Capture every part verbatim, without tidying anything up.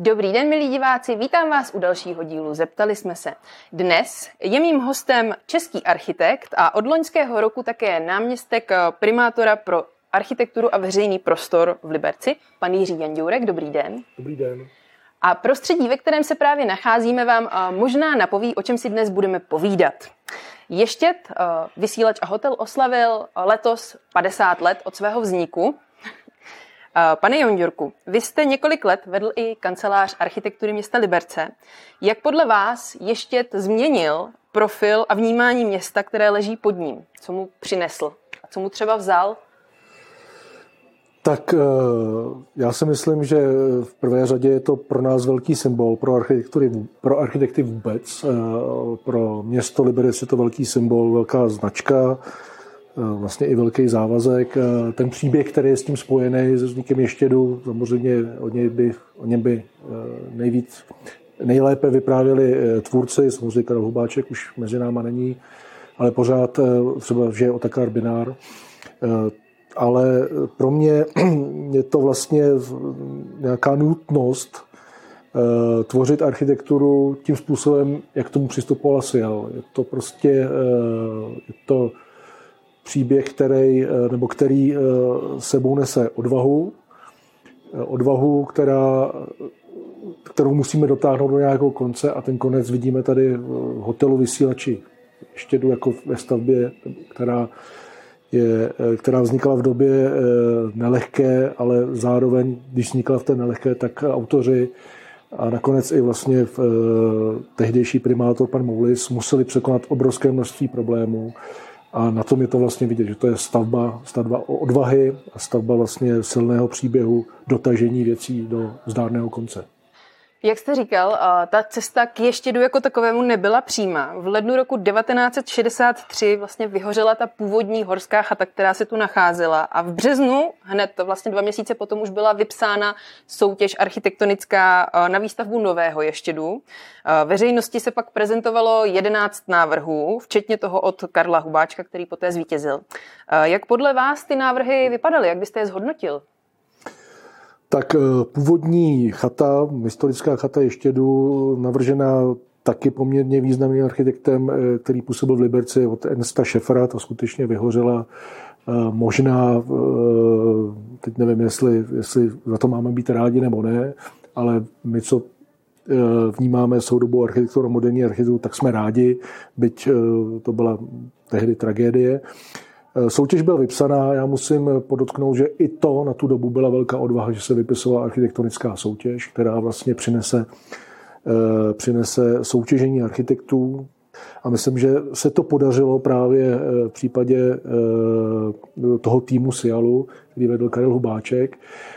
Dobrý den, milí diváci, vítám vás u dalšího dílu Zeptali jsme se. Dnes je mým hostem český architekt a od loňského roku také náměstek primátora pro architekturu a veřejný prostor v Liberci, pan Jiří Janďourek. Dobrý den. Dobrý den. A prostředí, ve kterém se právě nacházíme, vám možná napoví, o čem si dnes budeme povídat. Ještěd, vysílač a hotel oslavil letos padesát let od svého vzniku. Pane Janďourku, vy jste několik let vedl i kancelář architektury města Liberce. Jak podle vás Ještěd změnil profil a vnímání města, které leží pod ním? Co mu přinesl a co mu třeba vzal? Tak já si myslím, že v prvé řadě je to pro nás velký symbol, pro architektury, pro architekty vůbec. Pro město Liberec je to velký symbol, velká značka, vlastně i velký závazek. Ten příběh, který je s tím spojený se vznikem Ještědu, samozřejmě o něm by, o něm by nejvíc, nejlépe vyprávěli tvůrci, samozřejmě Karel Hubáček už mezi náma není, ale pořád třeba, že je Otakar Binár. Ale pro mě je to vlastně nějaká nutnost tvořit architekturu tím způsobem, jak tomu přistupoval Sial. Je to prostě je to příběh, který, nebo který sebou nese odvahu, odvahu, která, kterou musíme dotáhnout do nějakého konce a ten konec vidíme tady v hotelu Vysílači Ještědu jako ve stavbě, která Je, která vznikla v době nelehké, ale zároveň, když vznikla v té nelehké, tak autoři a nakonec i vlastně v, tehdejší primátor pan Moulis museli překonat obrovské množství problémů a na tom je to vlastně vidět, že to je stavba, stavba odvahy a stavba vlastně silného příběhu, dotažení věcí do zdárného konce. Jak jste říkal, ta cesta k Ještědu jako takovému nebyla přímá. V lednu roku devatenáct set šedesát tři vlastně vyhořela ta původní horská chata, která se tu nacházela. A v březnu, hned vlastně dva měsíce potom, už byla vypsána soutěž architektonická na výstavbu nového Ještědu. Veřejnosti se pak prezentovalo jedenáct návrhů, včetně toho od Karla Hubáčka, který poté zvítězil. Jak podle vás ty návrhy vypadaly? Jak byste je zhodnotil? Tak původní chata, historická chata Ještědu, navržená taky poměrně významným architektem, který působil v Liberci, od Ernsta Schäfera, to skutečně vyhořela. Možná, teď nevím, jestli, jestli za to máme být rádi nebo ne, ale my, co vnímáme soudobou architekturu, moderní architekturu, tak jsme rádi, byť to byla tehdy tragédie. Soutěž byla vypsaná, já musím podotknout, že i to na tu dobu byla velká odvaha, že se vypisovala architektonická soutěž, která vlastně přinese, přinese soutěžení architektů. A myslím, že se to podařilo právě v případě toho týmu Sialu, který vedl Karel Hubáček.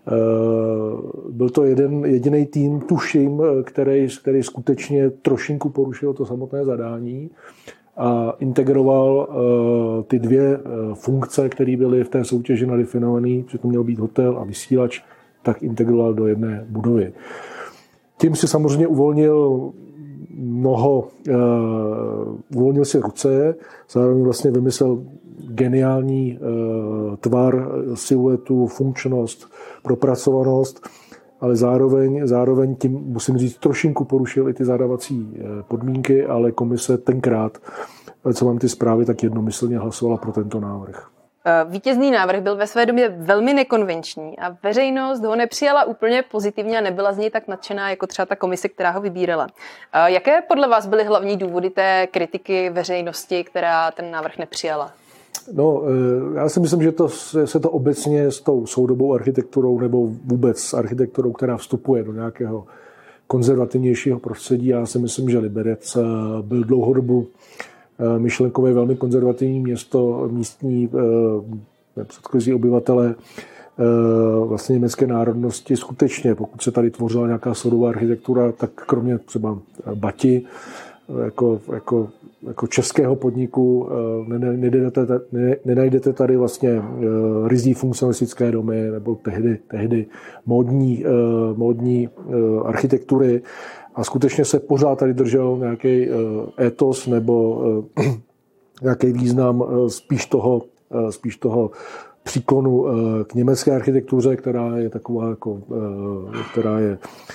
Byl to jeden jediný tým, tuším, který, který skutečně trošinku porušil to samotné zadání a integroval uh, ty dvě uh, funkce, které byly v té soutěži nadefinované, že to měl být hotel a vysílač, tak integroval do jedné budovy. Tím si samozřejmě uvolnil mnoho, uh, uvolnil si ruce, zároveň vlastně vymyslel geniální uh, tvar, siluetu, funkčnost, propracovanost, ale zároveň, zároveň tím, musím říct, trošinku porušil i ty zadávací podmínky, ale komise tenkrát, co mám ty zprávy, tak jednomyslně hlasovala pro tento návrh. Vítězný návrh byl ve své době velmi nekonvenční a veřejnost ho nepřijala úplně pozitivně a nebyla z něj tak nadšená jako třeba ta komise, která ho vybírala. Jaké podle vás byly hlavní důvody té kritiky veřejnosti, která ten návrh nepřijala? No, já si myslím, že to, se to obecně s tou soudobou architekturou nebo vůbec s architekturou, která vstupuje do nějakého konzervativnějšího prostředí. Já si myslím, že Liberec byl dlouhodobu myšlenkově velmi konzervativní město, místní předchozí obyvatele vlastně německé národnosti. Skutečně, pokud se tady tvořila nějaká soudobá architektura, tak kromě třeba Bati, jako, jako, jako českého podniku nenajdete, nenajdete tady vlastně ryzí funkcionalistické domy nebo tehdy, tehdy módní, módní architektury a skutečně se pořád tady držel nějaký étos nebo nějaký význam spíš toho, spíš toho příklonu k německé architektuře, která je taková jako, která je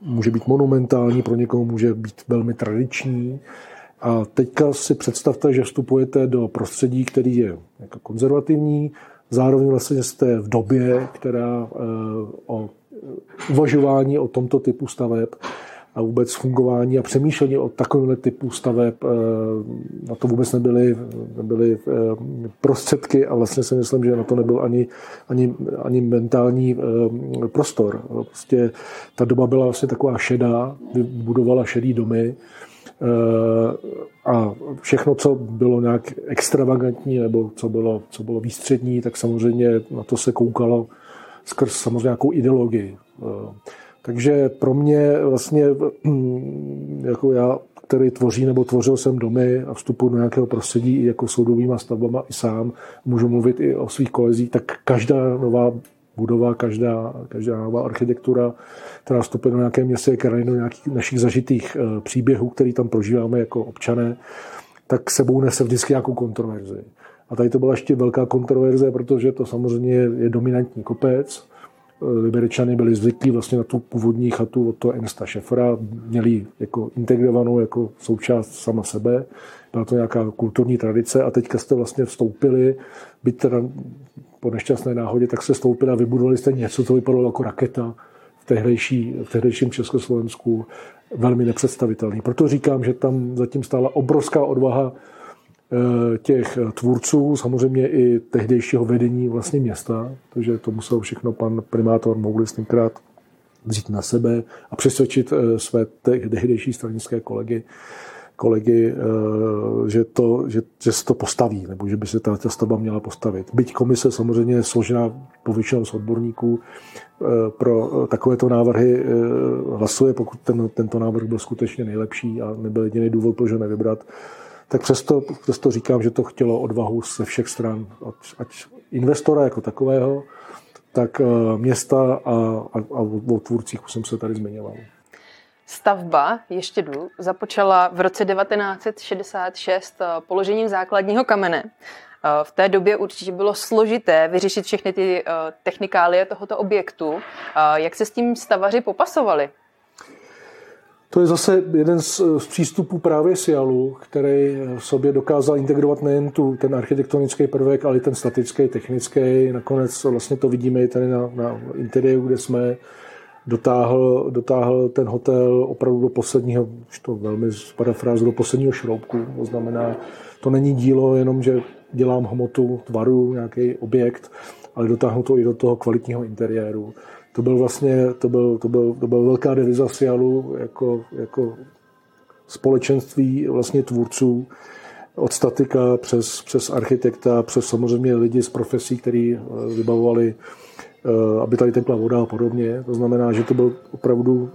může být monumentální, pro někoho může být velmi tradiční. A teďka si představte, že vstupujete do prostředí, který je jako konzervativní, zároveň vlastně jste v době, která o uvažování o tomto typu staveb a vůbec fungování a přemýšlení o takovémhle typu staveb, na to vůbec nebyly, nebyly prostředky a vlastně si myslím, že na to nebyl ani, ani, ani mentální prostor. Prostě ta doba byla vlastně taková šedá, budovala šedý domy a všechno, co bylo nějak extravagantní nebo co bylo, co bylo výstřední, tak samozřejmě na to se koukalo skrz samozřejmě nějakou ideologii. Takže pro mě vlastně, jako já, který tvoří nebo tvořil jsem domy a vstupuji do nějakého prostředí i jako soudovýma stavbama i sám, můžu mluvit i o svých kolezích, tak každá nová budova, každá, každá nová architektura, která vstupuje do nějaké městské krajiny, do nějakých našich zažitých příběhů, který tam prožíváme jako občané, tak sebou nese vždycky nějakou kontroverzi. A tady to byla ještě velká kontroverze, protože to samozřejmě je dominantní kopec. Liberečany byli zvyklí vlastně na tu původní chatu od toho Ernsta Schäfera, měli jako integrovanou jako součást sama sebe, byla to nějaká kulturní tradice a teďka jste vlastně vstoupili, byť teda po nešťastné náhodě, tak se vstoupili a vybudovali jste něco, co vypadalo jako raketa v, tehdejší, v tehdejším Československu, velmi nepředstavitelný. Proto říkám, že tam zatím stála obrovská odvaha těch tvůrců, samozřejmě i tehdejšího vedení vlastně města, takže to musel všechno pan primátor Moulis tenkrát vzít na sebe a přesvědčit své tehdejší stranické kolegy, kolegy že, to, že, že se to postaví, nebo že by se ta, ta stavba měla postavit. Byť komise samozřejmě je složená povětšinou z odborníků, pro takovéto návrhy hlasuje, pokud ten, tento návrh byl skutečně nejlepší a nebyl jediný důvod, proč ho nevybrat, tak přesto, přesto říkám, že to chtělo odvahu ze všech stran. Ať, ať investora jako takového, tak města a, a, a o tvůrcích už jsem se tady zmiňoval. Stavba Ještědu započala v roce devatenáct set šedesát šest položením základního kamene. V té době určitě bylo složité vyřešit všechny ty technikálie tohoto objektu. Jak se s tím stavaři popasovali? To je zase jeden z, z přístupů právě Sialu, který v sobě dokázal integrovat nejen tu, ten architektonický prvek, ale i ten statický, technický. Nakonec vlastně to vidíme i tady na, na interiéru, kde jsme dotáhl, dotáhl ten hotel opravdu do posledního, už to velmi spadá frázu, do posledního šroubku. To znamená, to není dílo jenom, že dělám hmotu, tvaru, nějaký objekt, ale dotáhnu to i do toho kvalitního interiéru. To byl vlastně, to byl, to byl, to byl velká deviza Sialu jako, jako společenství vlastně tvůrců od statika přes, přes architekta, přes samozřejmě lidi z profesí, kteří vybavovali, aby tady tekla voda a podobně. To znamená, že to byl opravdu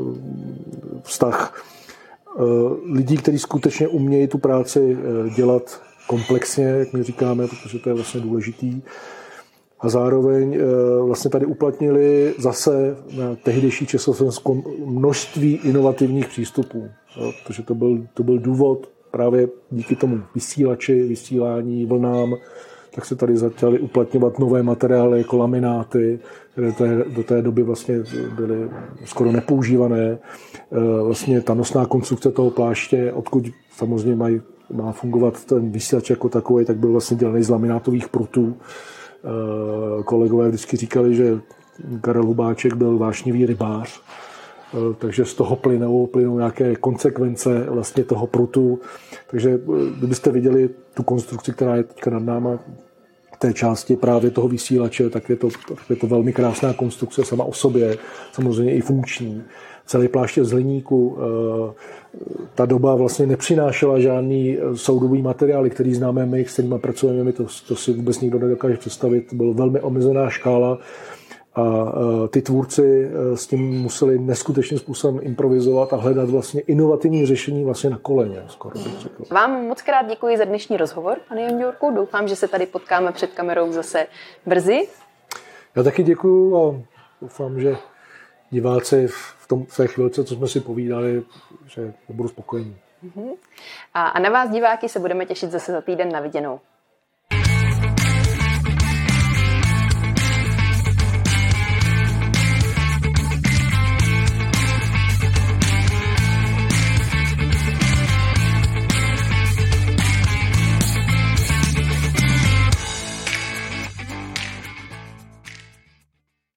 vztah lidí, kteří skutečně umějí tu práci dělat komplexně, jak my říkáme, protože to je vlastně důležitý. A zároveň vlastně tady uplatnili zase na tehdejší Československo množství inovativních přístupů. Protože to byl, to byl důvod právě díky tomu vysílači, vysílání, vlnám, tak se tady začaly uplatňovat nové materiály jako lamináty, které té, do té doby vlastně byly skoro nepoužívané. Vlastně ta nosná konstrukce toho pláště, odkud samozřejmě mají, má fungovat ten vysílač jako takový, tak byl vlastně dělaný z laminátových prutů. Kolegové vždycky říkali, že Karel Hubáček byl vášnivý rybář, takže z toho plynou, plynou nějaké konsekvence vlastně toho prutu. Takže kdybyste viděli tu konstrukci, která je teďka nad náma, té části právě toho vysílače, tak je to, je to velmi krásná konstrukce sama o sobě, samozřejmě i funkční. Celý pláště z hliníku. Ta doba vlastně nepřinášela žádný soudový materiály, který známe my, s kterými pracujeme my, to, to si vůbec nikdo nedokáže představit. To byla velmi omezená škála a ty tvůrci s tím museli neskutečným způsobem improvizovat a hledat vlastně inovativní řešení vlastně na koleně. Skoro bych řekl. Vám moc krát děkuji za dnešní rozhovor, pane Janďourku. Doufám, že se tady potkáme před kamerou zase brzy. Já taky děkuju a doufám, že diváci v, tom, v té chvilce, co jsme si povídali, že budou spokojení. A, a na vás, diváky, se budeme těšit zase za týden. Na viděnou.